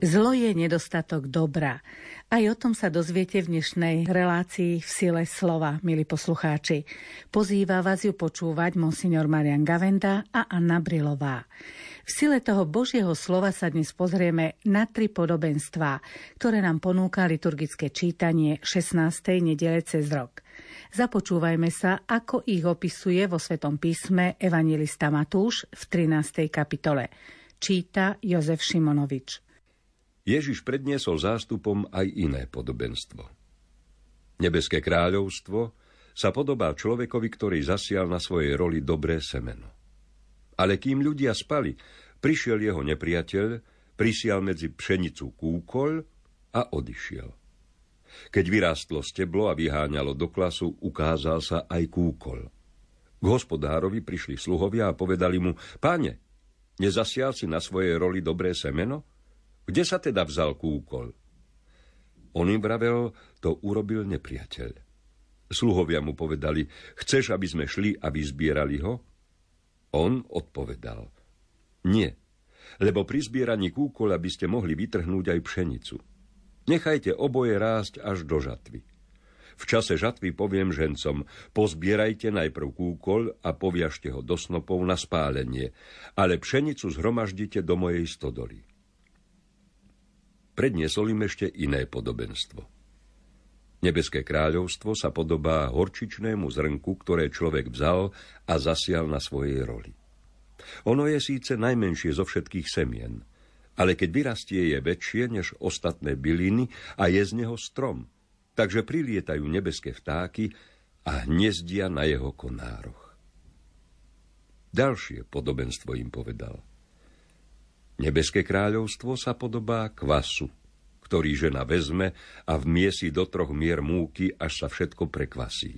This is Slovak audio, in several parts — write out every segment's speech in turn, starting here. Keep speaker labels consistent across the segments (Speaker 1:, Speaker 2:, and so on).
Speaker 1: Zlo je nedostatok dobra. Aj o tom sa dozviete v dnešnej relácii v sile slova, milí poslucháči. Pozýva vás ju počúvať monsignor Marian Gavenda a Anna Brilová. V sile toho Božieho slova sa dnes pozrieme na 3 podobenstvá, ktoré nám ponúka liturgické čítanie 16. nedele cez rok. Započúvajme sa, ako ich opisuje vo Svetom písme evanjelista Matúš v 13. kapitole. Číta Jozef Šimonovič.
Speaker 2: Ježiš predniesol zástupom aj iné podobenstvo. Nebeské kráľovstvo sa podobá človekovi, ktorý zasial na svojej roli dobré semeno. Ale kým ľudia spali, prišiel jeho nepriateľ, prisial medzi pšenicu kúkoľ a odišiel. Keď vyrástlo steblo a vyháňalo do klasu, ukázal sa aj kúkoľ. K hospodárovi prišli sluhovia a povedali mu: Páne, nezasial si na svojej roli dobré semeno? Kde sa teda vzal kúkoľ? On im vravel, to urobil nepriateľ. Sluhovia mu povedali: Chceš, aby sme šli a vyzbierali ho? On odpovedal: Nie, lebo pri zbieraní kúkoľa by ste mohli vytrhnúť aj pšenicu. Nechajte oboje rásť až do žatvy. V čase žatvy poviem žencom: Pozbierajte najprv kúkoľ a poviažte ho do snopov na spálenie, ale pšenicu zhromaždite do mojej stodoly. Predniesol im ešte iné podobenstvo. Nebeské kráľovstvo sa podobá horčičnému zrnku, ktoré človek vzal a zasial na svojej roli. Ono je síce najmenšie zo všetkých semien, ale keď vyrastie, je väčšie než ostatné byliny a je z neho strom, takže prilietajú nebeské vtáky a hniezdia na jeho konároch. Ďalšie podobenstvo im povedal. Nebeské kráľovstvo sa podobá kvasu, ktorý žena vezme a vmiesi do 3 mier múky, až sa všetko prekvasí.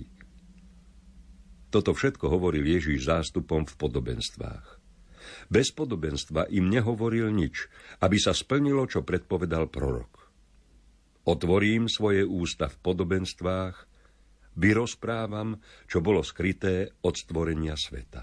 Speaker 2: Toto všetko hovoril Ježiš zástupom v podobenstvách. Bez podobenstva im nehovoril nič, aby sa splnilo, čo predpovedal prorok. Otvorím svoje ústa v podobenstvách, vyrozprávam, čo bolo skryté od stvorenia sveta.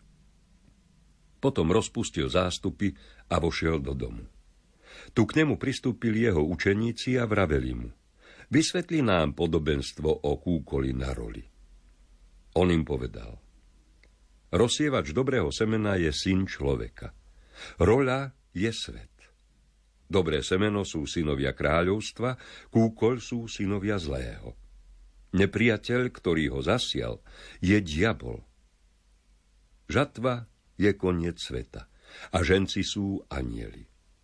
Speaker 2: Potom rozpustil zástupy a vošiel do domu. Tu k nemu pristúpili jeho učeníci a vraveli mu: Vysvetli nám podobenstvo o kúkoli na roli. On im povedal: Rozsievač dobrého semena je syn človeka. Roľa je svet. Dobré semeno sú synovia kráľovstva, kúkoľ sú synovia zlého. Nepriateľ, ktorý ho zasial, je diabol. Žatva je koniec sveta a ženci sú anjeli.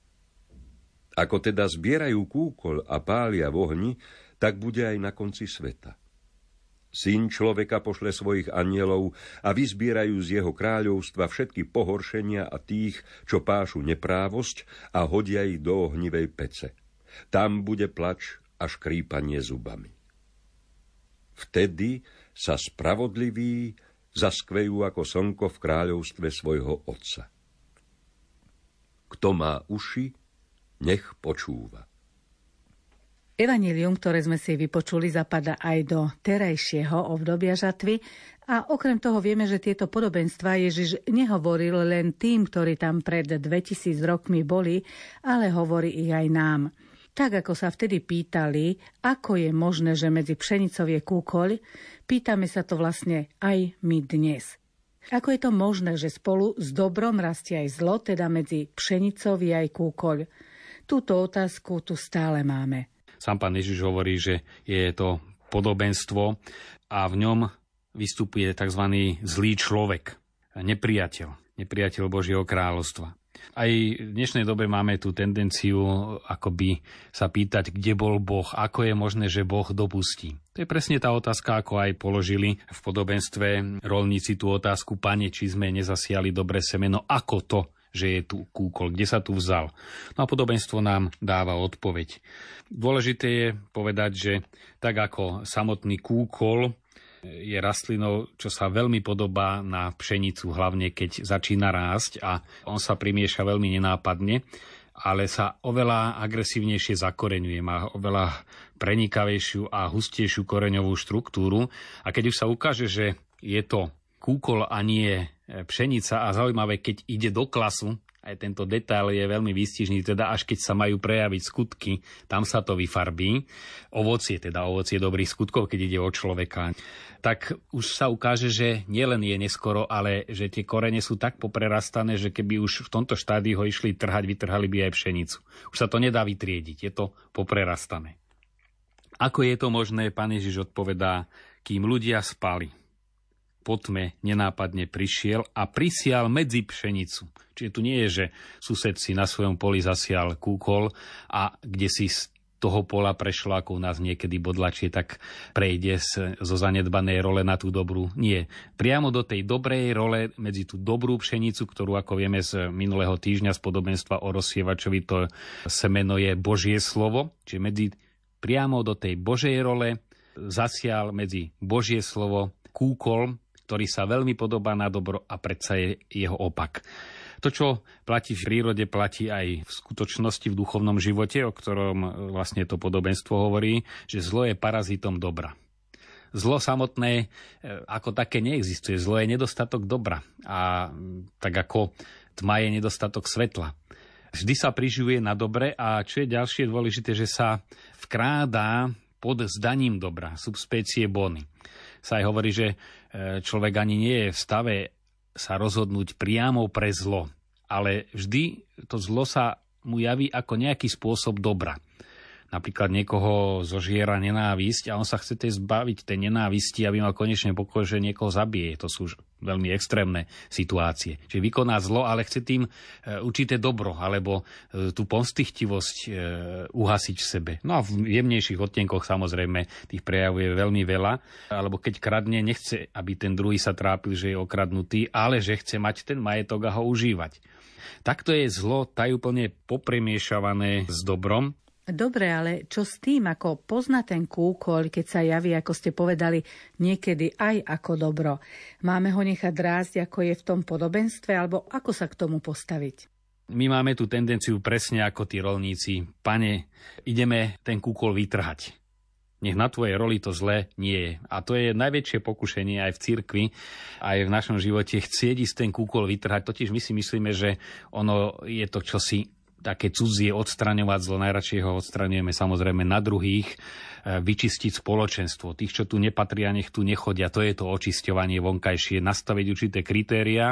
Speaker 2: Ako teda zbierajú kúkoľ a pália v ohni, tak bude aj na konci sveta. Syn človeka pošle svojich anjelov a vyzbierajú z jeho kráľovstva všetky pohoršenia a tých, čo pášu neprávosť, a hodia ich do ohnivej pece. Tam bude plač a škrípanie zubami. Vtedy sa spravodliví zaskvejú ako slnko v kráľovstve svojho Otca. Kto má uši, nech počúva.
Speaker 1: Evanjelium, ktoré sme si vypočuli, zapadá aj do terajšieho obdobia žatvy a okrem toho vieme, že tieto podobenstvá Ježiš nehovoril len tým, ktorí tam pred 2000 rokmi boli, ale hovorí ich aj nám. Tak ako sa vtedy pýtali, ako je možné, že medzi pšenicou je kúkoľ, pýtame sa to vlastne aj my dnes. Ako je to možné, že spolu s dobrom rastie aj zlo, teda medzi pšenicou je aj kúkoľ? Túto otázku tu stále máme.
Speaker 3: Sám pán Ježiš hovorí, že je to podobenstvo a v ňom vystupuje tzv. Zlý človek, nepriateľ Božieho kráľovstva. Aj v dnešnej dobe máme tú tendenciu akoby sa pýtať, kde bol Boh, ako je možné, že Boh dopustí. To je presne tá otázka, ako aj položili v podobenstve roľníci tú otázku: Pane, či sme nezasiali dobré semeno, ako to, že je tu kúkol, kde sa tu vzal. No a podobenstvo nám dáva odpoveď. Dôležité je povedať, že tak ako samotný kúkol je rastlinou, čo sa veľmi podobá na pšenicu, hlavne keď začína rásť a on sa primieša veľmi nenápadne, ale sa oveľa agresívnejšie zakoreňuje, má oveľa prenikavejšiu a hustejšiu koreňovú štruktúru a keď už sa ukáže, že je to kúkol a nie pšenica a zaujímavé, keď ide do klasu Aj tento detail je veľmi výstižný, teda až keď sa majú prejaviť skutky, tam sa to vyfarbí. Ovocie dobrých skutkov, keď ide o človeka. Tak už sa ukáže, že nielen je neskoro, ale že tie korene sú tak poprerastané, že keby už v tomto štádiu ho išli trhať, vytrhali by aj pšenicu. Už sa to nedá vytriediť, je to poprerastané. Ako je to možné, Pán Ježiš odpovedá, kým ľudia spali. Po tme nenápadne prišiel a prisial medzi pšenicu. Čiže tu nie je, že sused si na svojom poli zasial kúkol a kde si z toho pola prešlo, ako u nás niekedy bodlačie, tak prejde zo zanedbanej role na tú dobrú. Nie. Priamo do tej dobrej role, medzi tú dobrú pšenicu, ktorú, ako vieme z minulého týždňa z podobenstva o rozsievačovi, to semeno je Božie slovo. Čiže priamo do tej Božej role zasial medzi Božie slovo kúkol, ktorý sa veľmi podobá na dobro a predsa je jeho opak. To, čo platí v prírode, platí aj v skutočnosti, v duchovnom živote, o ktorom vlastne to podobenstvo hovorí, že zlo je parazitom dobra. Zlo samotné ako také neexistuje. Zlo je nedostatok dobra. A tak ako tma je nedostatok svetla. Vždy sa priživuje na dobre a čo je ďalšie dôležité, že sa vkrádá pod zdaním dobra, subspecie boni. Sa aj hovorí, že človek ani nie je v stave sa rozhodnúť priamo pre zlo, ale vždy to zlo sa mu javí ako nejaký spôsob dobra. Napríklad niekoho zožiera nenávisť a on sa chce zbaviť tej nenávisti, aby mal konečne pokoj, že niekoho zabije. To sú už veľmi extrémne situácie. Čiže vykoná zlo, ale chce tým určité dobro alebo tú pomstichtivosť uhasiť v sebe. No a v jemnejších odtienkoch samozrejme tých prejavov je veľmi veľa. Alebo keď kradne, nechce, aby ten druhý sa trápil, že je okradnutý, ale že chce mať ten majetok a ho užívať. Takto je zlo tajúplne popremiešavané s dobrom.
Speaker 1: Dobre, ale čo s tým, ako pozná ten kúkoľ, keď sa javí, ako ste povedali, niekedy aj ako dobro? Máme ho nechať rásť, ako je v tom podobenstve, alebo ako sa k tomu postaviť?
Speaker 3: My máme tú tendenciu presne ako tí rolníci. Pane, ideme ten kúkol vytrhať. Nech na tvojej roli to zlé nie je. A to je najväčšie pokušenie aj v cirkvi, aj v našom živote, chcieť ísť ten kúkol vytrhať. Totiž my si myslíme, že ono je to čosi také cudzie, odstraňovať zlo, najradšej ho odstraňujeme samozrejme na druhých, vyčistiť spoločenstvo. Tých, čo tu nepatria, nech tu nechodia, to je to očisťovanie vonkajšie, nastaviť určité kritériá.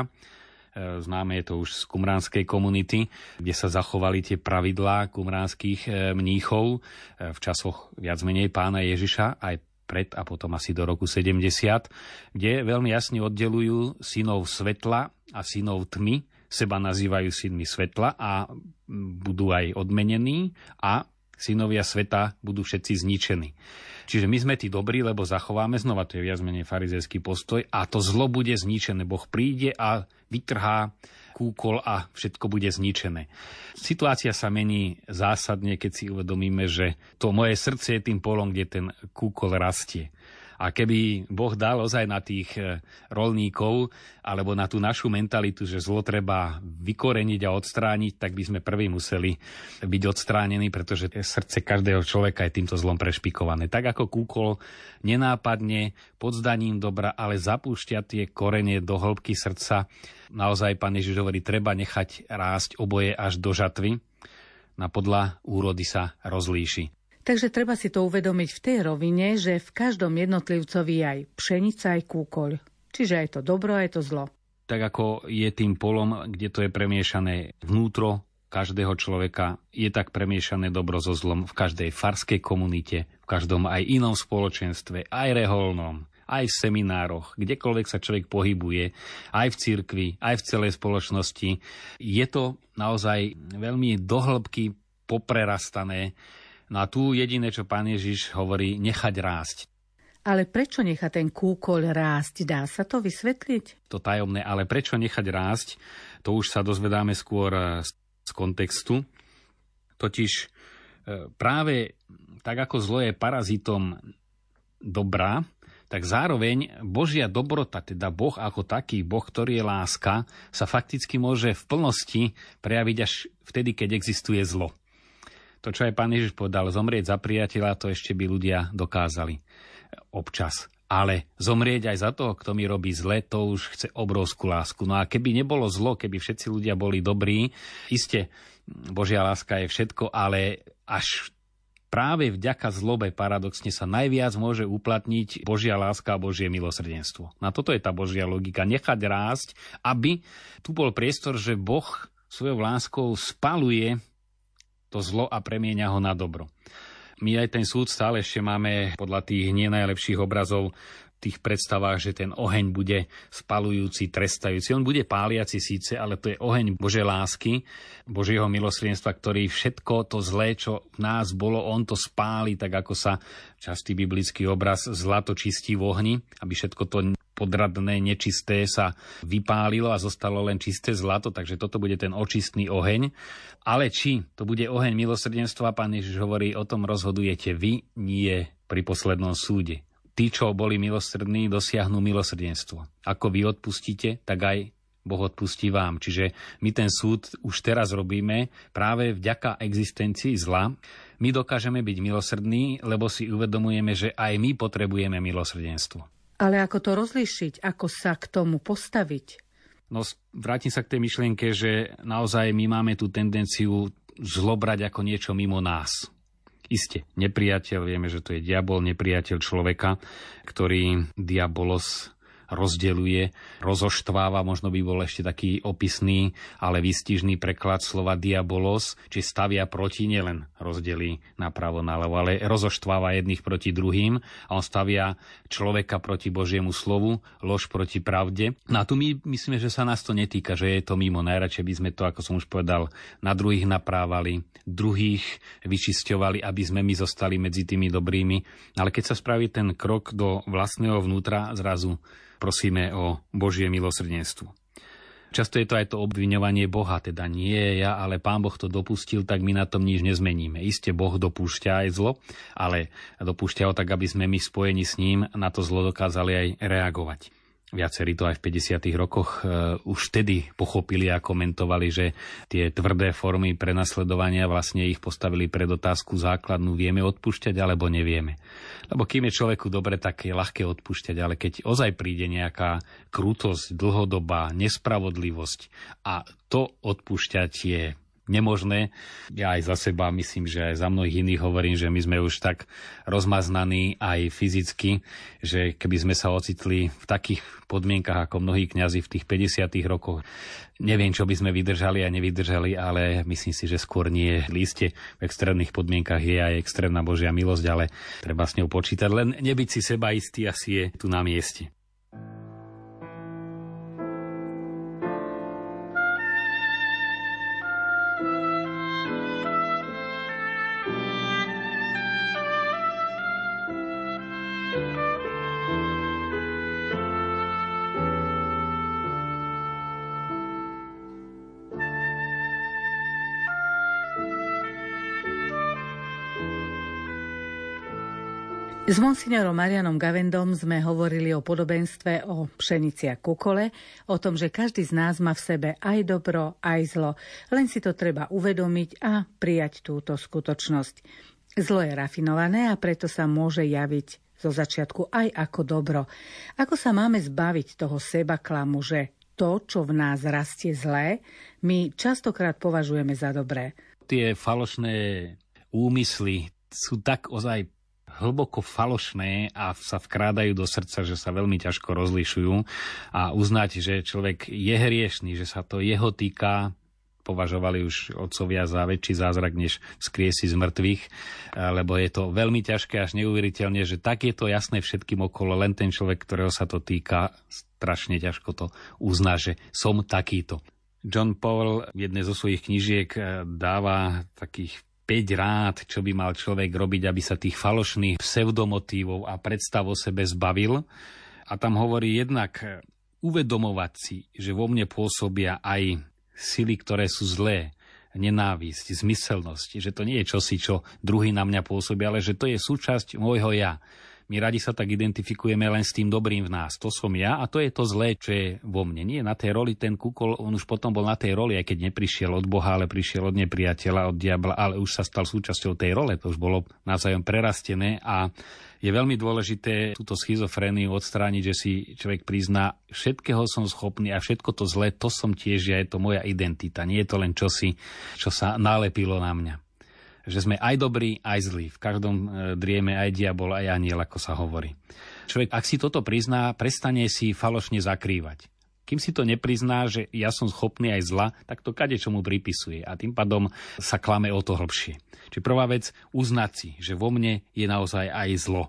Speaker 3: Známe je to už z kumránskej komunity, kde sa zachovali tie pravidlá kumránskych mníchov v časoch viac menej Pána Ježiša, aj pred a potom asi do roku 70, kde veľmi jasne oddelujú synov svetla a synov tmy, seba nazývajú synmi svetla a budú aj odmenení a synovia sveta budú všetci zničení. Čiže my sme tí dobrí, lebo zachováme, znova to je viac menej farizejský postoj, a to zlo bude zničené. Boh príde a vytrhá kúkol a všetko bude zničené. Situácia sa mení zásadne, keď si uvedomíme, že to moje srdce je tým polom, kde ten kúkol rastie. A keby Boh dal ozaj na tých rolníkov alebo na tú našu mentalitu, že zlo treba vykoreniť a odstrániť, tak by sme prvý museli byť odstránení, pretože srdce každého človeka je týmto zlom prešpikované. Tak ako kúkol nenápadne pod zdaním dobra, ale zapúšťa tie korene do hĺbky srdca. Naozaj Pán Ježiš hovorí, treba nechať rásť oboje až do žatvy. Na podľa úrody sa rozlíši.
Speaker 1: Takže treba si to uvedomiť v tej rovine, že v každom jednotlivcovi aj pšenica, aj kúkoľ. Čiže aj to dobro, aj to zlo.
Speaker 3: Tak ako je tým polom, kde to je premiešané vnútro každého človeka, je tak premiešané dobro so zlom v každej farskej komunite, v každom aj inom spoločenstve, aj reholnom, aj v seminároch, kdekoľvek sa človek pohybuje, aj v cirkvi, aj v celej spoločnosti. Je to naozaj veľmi do hĺbky poprerastané. No a tu jediné, čo Pán Ježiš hovorí, nechať rásť.
Speaker 1: Ale prečo nechať ten kúkoľ rásť? Dá sa to vysvetliť?
Speaker 3: To tajomné, ale prečo nechať rásť, to už sa dozvedáme skôr z kontextu. Totiž práve tak, ako zlo je parazitom dobra, tak zároveň Božia dobrota, teda Boh ako taký, Boh, ktorý je láska, sa fakticky môže v plnosti prejaviť až vtedy, keď existuje zlo. To, čo aj Pán Ježiš povedal, zomrieť za priateľa, to ešte by ľudia dokázali občas. Ale zomrieť aj za toho, kto mi robí zle, to už chce obrovskú lásku. No a keby nebolo zlo, keby všetci ľudia boli dobrí, iste Božia láska je všetko, ale až práve vďaka zlobe paradoxne sa najviac môže uplatniť Božia láska a Božie milosrdenstvo. Na toto je tá Božia logika. Nechať rásť, aby tu bol priestor, že Boh svojou láskou spaluje to zlo a premieňa ho na dobro. My aj ten súd stále ešte máme podľa tých nie najlepších obrazov v tých predstavách, že ten oheň bude spalujúci, trestajúci. On bude páliaci síce, ale to je oheň Božej lásky, Božieho milosrdenstva, ktorý všetko to zlé, čo v nás bolo, on to spáli, tak ako sa častý biblický obraz zlato čistí v ohni, aby všetko to podradné, nečisté sa vypálilo a zostalo len čisté zlato, takže toto bude ten očistný oheň. Ale či to bude oheň milosrdenstva, Pán Ježiš hovorí, o tom rozhodujete vy, nie pri poslednom súde. Tí, čo boli milosrdní, dosiahnu milosrdenstvo. Ako vy odpustíte, tak aj Boh odpustí vám. Čiže my ten súd už teraz robíme práve vďaka existencii zla. My dokážeme byť milosrdní, lebo si uvedomujeme, že aj my potrebujeme milosrdenstvo.
Speaker 1: Ale ako to rozlíšiť, ako sa k tomu postaviť?
Speaker 3: No, vrátim sa k tej myšlienke, že naozaj my máme tú tendenciu zlo brať ako niečo mimo nás. Isté, nepriateľ, vieme, že to je diabol, nepriateľ človeka, ktorý diabolos rozdeľuje, rozoštváva, možno by bol ešte taký opisný, ale výstižný preklad slova diabolos, či stavia proti, nielen rozdelí napravo, naľavo, ale rozoštváva jedných proti druhým a on stavia človeka proti Božiemu slovu, lož proti pravde. No a tu my myslíme, že sa nás to netýka, že je to mimo. Najradšej by sme to, ako som už povedal, na druhých naprávali, druhých vyčisťovali, aby sme my zostali medzi tými dobrými. Ale keď sa spraví ten krok do vlastného vnútra, zrazu prosíme o Božie milosrdenstvo. Často je to aj to obviňovanie Boha, teda nie ja, ale Pán Boh to dopustil, tak my na tom nič nezmeníme. Isté Boh dopúšťa aj zlo, ale dopúšťa ho tak, aby sme my spojení s ním na to zlo dokázali aj reagovať. Viacerí to aj v 50. rokoch už vtedy pochopili a komentovali, že tie tvrdé formy prenasledovania vlastne ich postavili pred otázku základnú, vieme odpúšťať alebo nevieme. Lebo kým je človeku dobre, tak je ľahké odpúšťať, ale keď ozaj príde nejaká krutosť, dlhodobá nespravodlivosť a to odpúšťať je nemožné. Ja aj za seba myslím, že aj za mnohých iných hovorím, že my sme už tak rozmaznaní aj fyzicky, že keby sme sa ocitli v takých podmienkach ako mnohí kňazi v tých 50. rokoch, neviem, čo by sme vydržali a nevydržali, ale myslím si, že skôr nie. Líste v extrémnych podmienkach je aj extrémna Božia milosť, ale treba s ňou počítať. Len nebyť si seba istý asi je tu na mieste.
Speaker 1: S monsignorom Marianom Gavendom sme hovorili o podobenstve o pšenici a kukole, o tom, že každý z nás má v sebe aj dobro, aj zlo. Len si to treba uvedomiť a prijať túto skutočnosť. Zlo je rafinované a preto sa môže javiť zo začiatku aj ako dobro. Ako sa máme zbaviť toho seba klamu, že to, čo v nás rastie zlé, my častokrát považujeme za dobré?
Speaker 3: Tie falošné úmysly sú tak ozaj hlboko falošné a sa vkrádajú do srdca, že sa veľmi ťažko rozlišujú, a uznať, že človek je hriešný, že sa to jeho týka, považovali už otcovia za väčší zázrak, než vzkriesi z mŕtvych, lebo je to veľmi ťažké, až neuveriteľne, že tak je to jasné všetkým okolo, len ten človek, ktorého sa to týka, strašne ťažko to uzná, že som takýto. John Paul v jednej zo svojich knížiek dáva takých 5 rád, čo by mal človek robiť, aby sa tých falošných pseudomotívov a predstav o sebe zbavil. A tam hovorí jednak uvedomovať si, že vo mne pôsobia aj sily, ktoré sú zlé, nenávisť, zmyselnosť, že to nie je čosi, čo druhý na mňa pôsobia, ale že to je súčasť môjho ja. My radi sa tak identifikujeme len s tým dobrým v nás. To som ja a to je to zlé, čo je vo mne. Nie na tej roli ten kúkol, on už potom bol na tej roli, aj keď neprišiel od Boha, ale prišiel od nepriateľa, od diabla, ale už sa stal súčasťou tej role. To už bolo navzájom prerastené a je veľmi dôležité túto schizofréniu odstrániť, že si človek prizná, všetkého som schopný a všetko to zlé, to som tiež ja, je to moja identita. Nie je to len čosi, čo sa nalepilo na mňa. Že sme aj dobrí, aj zlí. V každom drieme aj diabol, aj aniel, ako sa hovorí. Človek, ak si toto prizná, prestane si falošne zakrývať. Kým si to neprizná, že ja som schopný aj zla, tak to kadečomu pripisuje a tým pádom sa klame o to hlbšie. Čiže prvá vec, uznať si, že vo mne je naozaj aj zlo.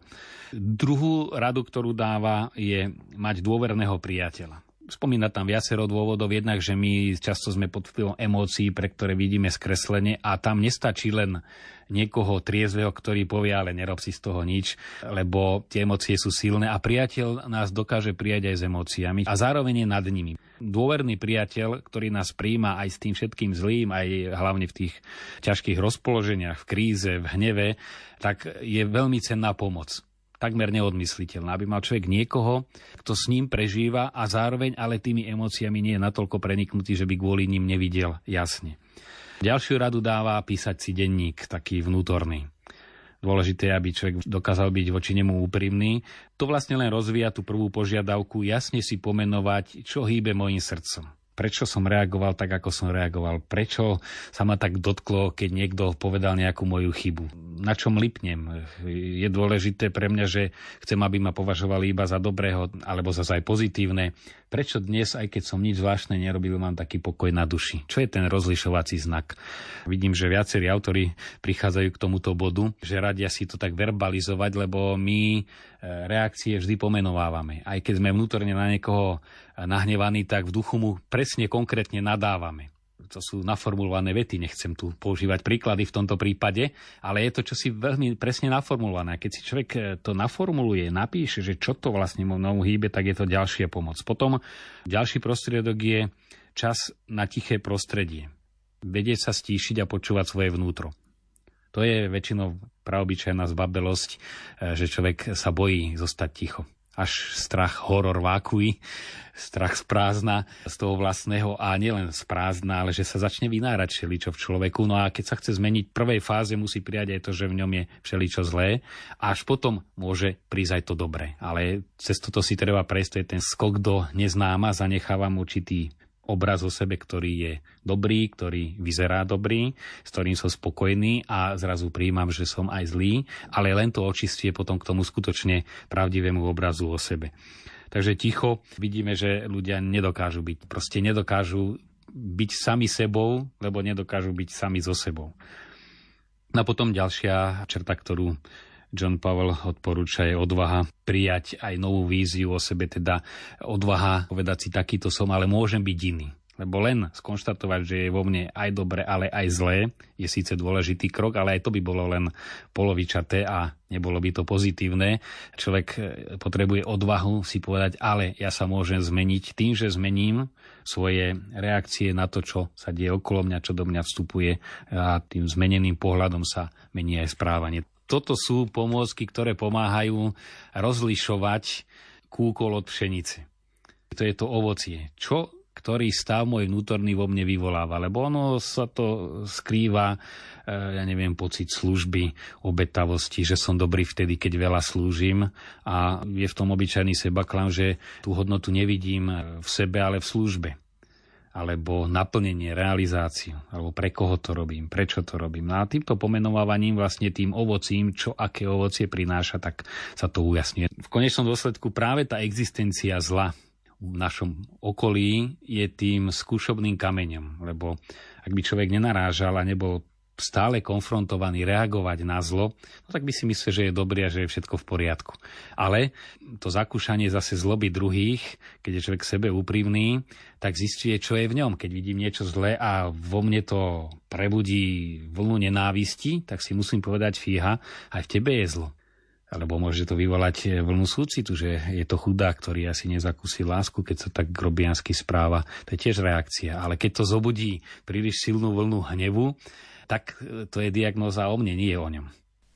Speaker 3: Druhú radu, ktorú dáva, je mať dôverného priateľa. Spomína tam viacero dôvodov, jednak, že my často sme pod vplyvom emócií, pre ktoré vidíme skreslenie a tam nestačí len niekoho triezveho, ktorý povie, ale nerob si z toho nič, lebo tie emócie sú silné a priateľ nás dokáže prijať aj s emóciami a zároveň je nad nimi. Dôverný priateľ, ktorý nás prijíma aj s tým všetkým zlým, aj hlavne v tých ťažkých rozpoloženiach, v kríze, v hneve, tak je veľmi cenná pomoc. Takmer neodmysliteľná, aby mal človek niekoho, kto s ním prežíva a zároveň ale tými emóciami nie je natoľko preniknutý, že by kvôli ním nevidel jasne. Ďalšiu radu dáva písať si denník, taký vnútorný. Dôležité je, aby človek dokázal byť voči nemu úprimný. To vlastne len rozvíja tú prvú požiadavku, jasne si pomenovať, čo hýbe mojím srdcom. Prečo som reagoval tak, ako som reagoval? Prečo sa ma tak dotklo, keď niekto povedal nejakú moju chybu? Na čom lipnem? Je dôležité pre mňa, že chcem, aby ma považovali iba za dobrého, alebo za aj pozitívne. Prečo dnes, aj keď som nič zvláštne nerobil, mám taký pokoj na duši? Čo je ten rozlišovací znak? Vidím, že viacerí autori prichádzajú k tomuto bodu, že radia si to tak verbalizovať, lebo my reakcie vždy pomenovávame. Aj keď sme vnútorne na niekoho nahnevaní, tak v duchu mu presne konkrétne nadávame. To sú naformulované vety, nechcem tu používať príklady v tomto prípade, ale je to čosi veľmi presne naformulované. Keď si človek to naformuluje, napíše, že čo to vlastne mnou hýbe, tak je to ďalšia pomoc. Potom ďalší prostriedok je čas na tiché prostredie. Vedieť sa stíšiť a počúvať svoje vnútro. To je väčšinou praobyčajná zbabelosť, že človek sa bojí zostať ticho. Až strach, horor vákuj, strach z prázdna, z toho vlastného a nielen z prázdna, ale že sa začne vynárať všeličo v človeku. No a keď sa chce zmeniť, v prvej fáze musí prijať aj to, že v ňom je všeličo zlé a až potom môže prísť aj to dobré. Ale cez toto si treba prejsť, to je ten skok do neznáma, zanechávam určitý obraz o sebe, ktorý je dobrý, ktorý vyzerá dobrý, s ktorým som spokojný a zrazu prijímam, že som aj zlý, ale len to očistie potom k tomu skutočne pravdivému obrazu o sebe. Takže ticho vidíme, že ľudia nedokážu byť sami sebou, lebo nedokážu byť sami so sebou. A potom ďalšia črta, ktorú John Paul odporúča, je odvaha prijať aj novú víziu o sebe, teda odvaha povedať si, takýto som, ale môžem byť iný. Lebo len skonštatovať, že je vo mne aj dobre, ale aj zlé, je síce dôležitý krok, ale aj to by bolo len polovičaté a nebolo by to pozitívne. Človek potrebuje odvahu si povedať, ale ja sa môžem zmeniť tým, že zmením svoje reakcie na to, čo sa deje okolo mňa, čo do mňa vstupuje a tým zmeneným pohľadom sa mení aj správanie. Toto sú pomôcky, ktoré pomáhajú rozlišovať kúkol od pšenice. To je to ovocie. Ktorý stav môj vnútorný vo mne vyvoláva, lebo ono sa to skrýva, pocit služby, obetavosti, že som dobrý vtedy, keď veľa slúžim a je v tom obyčajný sebaklam, že tú hodnotu nevidím v sebe, ale v službe. Alebo naplnenie, realizáciu, alebo pre koho to robím, prečo to robím. No a týmto pomenovávaním, vlastne tým ovocím, čo aké ovocie prináša, tak sa to ujasňuje. V konečnom dôsledku práve tá existencia zla v našom okolí je tým skúšobným kameňom, lebo ak by človek nenarážal a nebol stále konfrontovaný reagovať na zlo, no tak by si myslel, že je dobrý a že je všetko v poriadku. Ale to zakúšanie zase zloby druhých, keď je človek k sebe úprimný, tak zistuje, čo je v ňom. Keď vidím niečo zlé a vo mne to prebudí vlnu nenávisti, tak si musím povedať, fíha, aj v tebe je zlo. Alebo môže to vyvolať vlnu súcitu, že je to chudák, ktorý asi nezakúsi lásku, keď sa tak grobiansky správa. To je tiež reakcia. Ale keď to zobudí príliš silnú vlnu hnevu, tak to je diagnóza o mne, nie o ňom.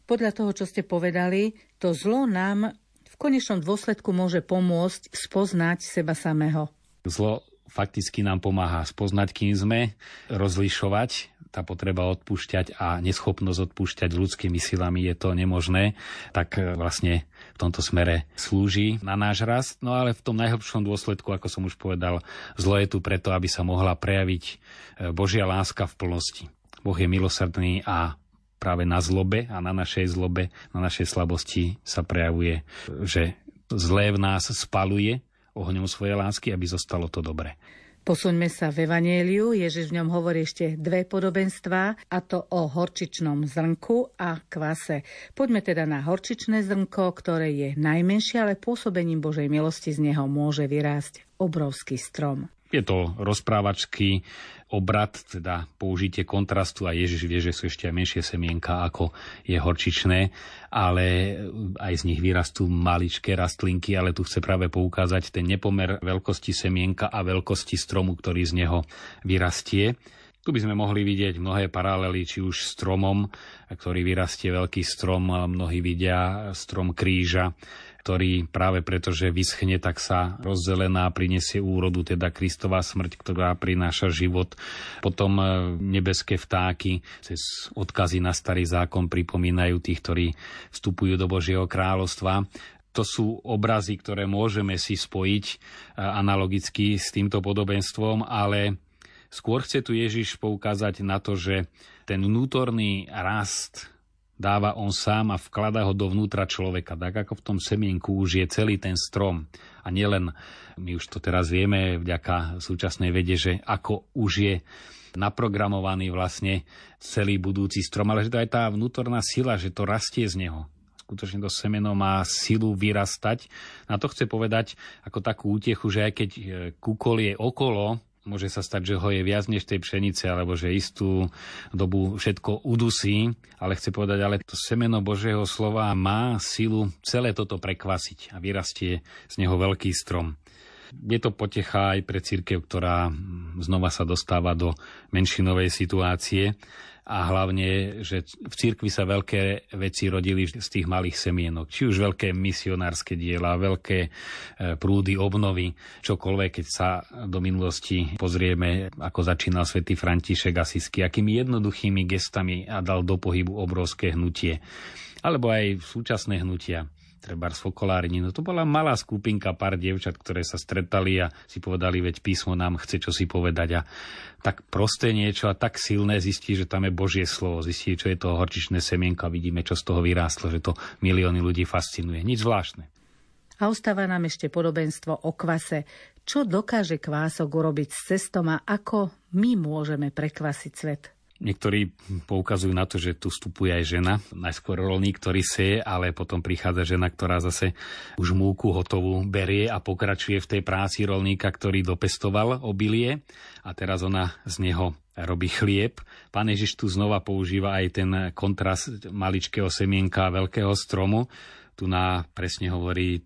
Speaker 1: Podľa toho, čo ste povedali, to zlo nám v konečnom dôsledku môže pomôcť spoznať seba samého.
Speaker 3: Zlo fakticky nám pomáha spoznať, kým sme, rozlišovať, tá potreba odpúšťať a neschopnosť odpúšťať ľudskými silami je to nemožné, tak vlastne v tomto smere slúži na náš rast. No ale v tom najhlbšom dôsledku, ako som už povedal, zlo je tu preto, aby sa mohla prejaviť Božia láska v plnosti. Boh je milosrdný a práve na zlobe a na našej zlobe, na našej slabosti sa prejavuje, že zlé v nás spaluje ohňom svojej lásky, aby zostalo to dobré.
Speaker 1: Posuňme sa v Evanjeliu. Ježiš v ňom hovorí ešte dve podobenstvá, a to o horčičnom zrnku a kvase. Poďme teda na horčičné zrnko, ktoré je najmenšie, ale pôsobením Božej milosti z neho môže vyrásť obrovský strom.
Speaker 3: Je to rozprávačký obrad, teda použitie kontrastu a Ježiš vie, že sú ešte aj menšie semienka ako je horčičné, ale aj z nich vyrastú maličké rastlinky, ale tu chce práve poukázať ten nepomer veľkosti semienka a veľkosti stromu, ktorý z neho vyrastie. Tu by sme mohli vidieť mnohé paralely, či už stromom, ktorý vyrastie veľký strom, mnohí vidia strom kríža, ktorý práve preto, že vyschne, tak sa rozzelená, prinesie úrodu, teda Kristova smrť, ktorá prináša život. Potom nebeské vtáky cez odkazy na Starý zákon pripomínajú tých, ktorí vstupujú do Božieho kráľovstva. To sú obrazy, ktoré môžeme si spojiť analogicky s týmto podobenstvom, ale skôr chce tu Ježiš poukázať na to, že ten vnútorný rast dáva on sám a vkladá ho dovnútra človeka. Tak ako v tom semienku už je celý ten strom. A nielen, my už to teraz vieme vďaka súčasnej vede, že ako už je naprogramovaný vlastne celý budúci strom, ale že to aj tá vnútorná sila, že to rastie z neho. Skutočne to semeno má silu vyrastať. Na to chce povedať ako takú útechu, že aj keď kúkol je okolo, môže sa stať, že ho je viac než tej pšenice, alebo že istú dobu všetko udusí, ale chce povedať, ale to semeno Božieho slova má silu celé toto prekvasiť a vyrastie z neho veľký strom. Je to potecha aj pre cirkev, ktorá znova sa dostáva do menšinovej situácie a hlavne, že v cirkvi sa veľké veci rodili z tých malých semienok. Či už veľké misionárske diela, veľké prúdy obnovy, čokoľvek, keď sa do minulosti pozrieme, ako začínal svätý František Asisky, akými jednoduchými gestami a dal do pohybu obrovské hnutie. Alebo aj súčasné hnutia. Trebárs v Okolárni. No to bola malá skupinka, pár dievčat, ktoré sa stretali a si povedali, veď písmo nám chce čo si povedať. A tak prosté niečo a tak silné zistí, že tam je Božie slovo. Zistí, čo je to horčičné semienko a vidíme, čo z toho vyrástlo, že to milióny ľudí fascinuje. Nič zvláštne.
Speaker 1: A ostáva nám ešte podobenstvo o kvase. Čo dokáže kvások urobiť s cestom a ako my môžeme prekvasiť svet?
Speaker 3: Niektorí poukazujú na to, že tu vstupuje aj žena, najskôr roľník, ktorý seje, ale potom prichádza žena, ktorá zase už múku hotovú berie a pokračuje v tej práci roľníka, ktorý dopestoval obilie a teraz ona z neho robí chlieb. Pán Ježiš tu znova používa aj ten kontrast maličkého semienka a veľkého stromu. Tu presne hovorí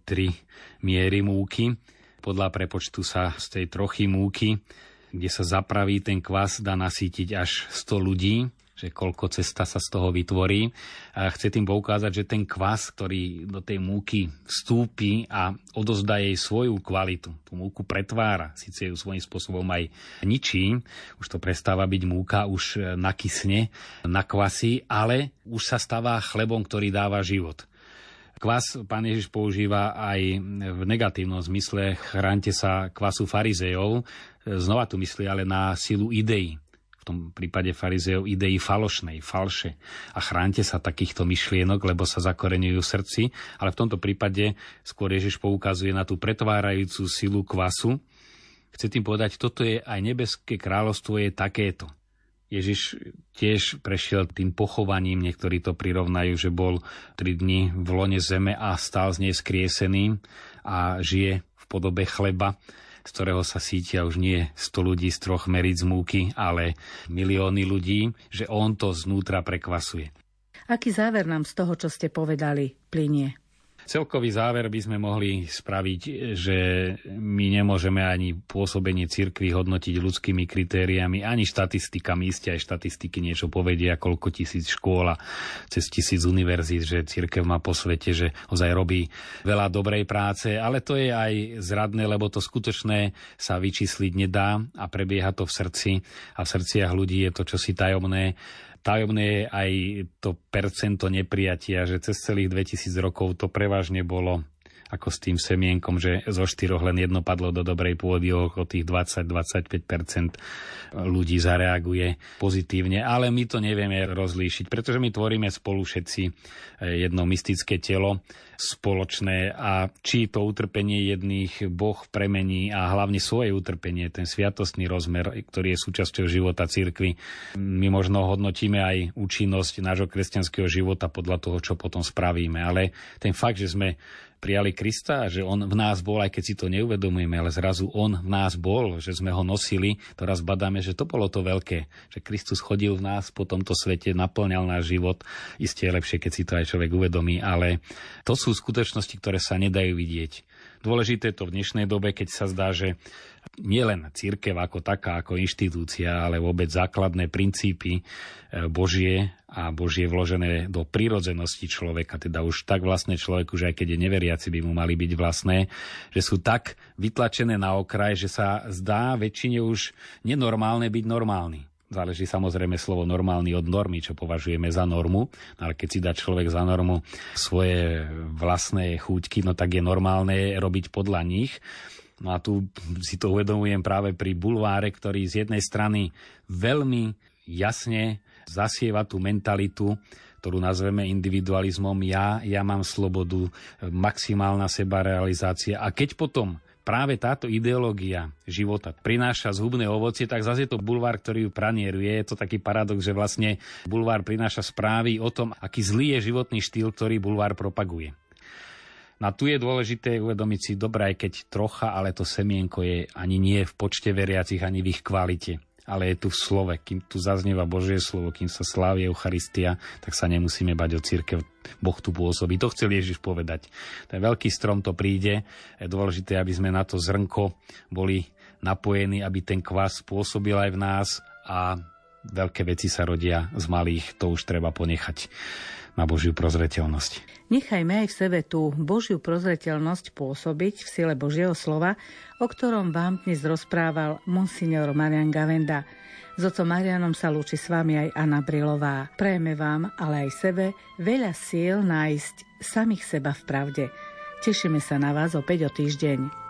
Speaker 3: 3 miery múky. Podľa prepočtu sa z tej trochy múky, kde sa zapraví ten kvas, dá nasýtiť až 100 ľudí, že koľko cesta sa z toho vytvorí. A chce tým poukázať, že ten kvas, ktorý do tej múky vstúpi a odozdá jej svoju kvalitu, tú múku pretvára, síce ju svojím spôsobom aj ničí, už to prestáva byť múka, už nakysne, nakvasí, ale už sa stáva chlebom, ktorý dáva život. Kvas Pán Ježiš používa aj v negatívnom zmysle, chráňte sa kvasu farizejov, znova tu myslí ale na silu ideí. V tom prípade farizejov ideí falošnej, falše. A chráňte sa takýchto myšlienok, lebo sa zakoreňujú v srdci. Ale v tomto prípade skôr Ježiš poukazuje na tú pretvárajúcu silu kvasu. Chce tým povedať, toto je aj nebeské kráľovstvo je takéto. Ježiš tiež prešiel tým pochovaním, niektorí to prirovnajú, že bol 3 dni v lone zeme a stál z nej skriesený a žije v podobe chleba, z ktorého sa sítia už nie 100 ľudí z 3 meríc múky, ale milióny ľudí, že on to znútra prekvasuje.
Speaker 1: Aký záver nám z toho, čo ste povedali, plynie?
Speaker 3: Celkový záver by sme mohli spraviť, že my nemôžeme ani pôsobenie cirkvi hodnotiť ľudskými kritériami, ani štatistikami. Isté aj štatistiky niečo povedia, koľko tisíc škôl a cez 1000 univerzít, že cirkev má po svete, že ozaj robí veľa dobrej práce, ale to je aj zradné, lebo to skutočné sa vyčísliť nedá a prebieha to v srdci a v srdciach ľudí je to čosi tajomné. Tajomné je aj to percento neprijatia, že cez celých 2000 rokov to prevažne bolo ako s tým semienkom, že zo 4 len jedno padlo do dobrej pôdy, okolo tých 20-25% ľudí zareaguje pozitívne, ale my to nevieme rozlíšiť, pretože my tvoríme spolu všetci jedno mystické telo spoločné a či to utrpenie jedných Boh premení a hlavne svoje utrpenie, ten sviatostný rozmer, ktorý je súčasťou života cirkvi. My možno hodnotíme aj účinnosť nášho kresťanského života podľa toho, čo potom spravíme, ale ten fakt, že sme prijali Krista, že on v nás bol, aj keď si to neuvedomujeme, ale zrazu on v nás bol, že sme ho nosili, to raz badáme, že to bolo to veľké, že Kristus chodil v nás po tomto svete, naplňal náš život. Isté je lepšie, keď si to aj človek uvedomí, ale to sú skutočnosti, ktoré sa nedajú vidieť. Dôležité je to v dnešnej dobe, keď sa zdá, že nielen cirkev ako taká, ako inštitúcia, ale vôbec základné princípy Božie a Božie vložené do prírodzenosti človeka, teda už tak vlastné človeku, že aj keď je neveriaci, by mu mali byť vlastné, že sú tak vytlačené na okraj, že sa zdá väčšine už nenormálne byť normálny. Záleží samozrejme slovo normálny od normy, čo považujeme za normu, ale keď si dá človek za normu svoje vlastné chúťky, no tak je normálne robiť podľa nich. No a tu si to uvedomujem práve pri bulváre, ktorý z jednej strany veľmi jasne zasieva tú mentalitu, ktorú nazveme individualizmom. Ja mám slobodu, maximálna sebarealizácia. A keď potom práve táto ideológia života prináša zhubné ovocie, tak zase je to bulvár, ktorý ju pranieruje. Je to taký paradox, že vlastne bulvár prináša správy o tom, aký zlý je životný štýl, ktorý bulvár propaguje. No a tu je dôležité uvedomiť si, dobré, aj keď trocha, ale to semienko je ani nie v počte veriacich, ani v ich kvalite, ale je tu v slove. Kým tu zaznieva Božie slovo, kým sa slávi Eucharistia, tak sa nemusíme bať o cirkev. Boh tu pôsobí. To chcel Ježiš povedať. Ten veľký strom to príde. Je dôležité, aby sme na to zrnko boli napojení, aby ten kvas pôsobil aj v nás a veľké veci sa rodia z malých. To už treba ponechať na Božiu prozreteľnosť.
Speaker 1: Nechajme aj v sebe tú Božiu prozreteľnosť pôsobiť v sile Božieho slova, o ktorom vám dnes rozprával monsignor Marian Gavenda. S otcom Marianom sa lúči s vami aj Anna Brilová. Prajeme vám, ale aj sebe, veľa síl nájsť samých seba v pravde. Tešíme sa na vás opäť o týždeň.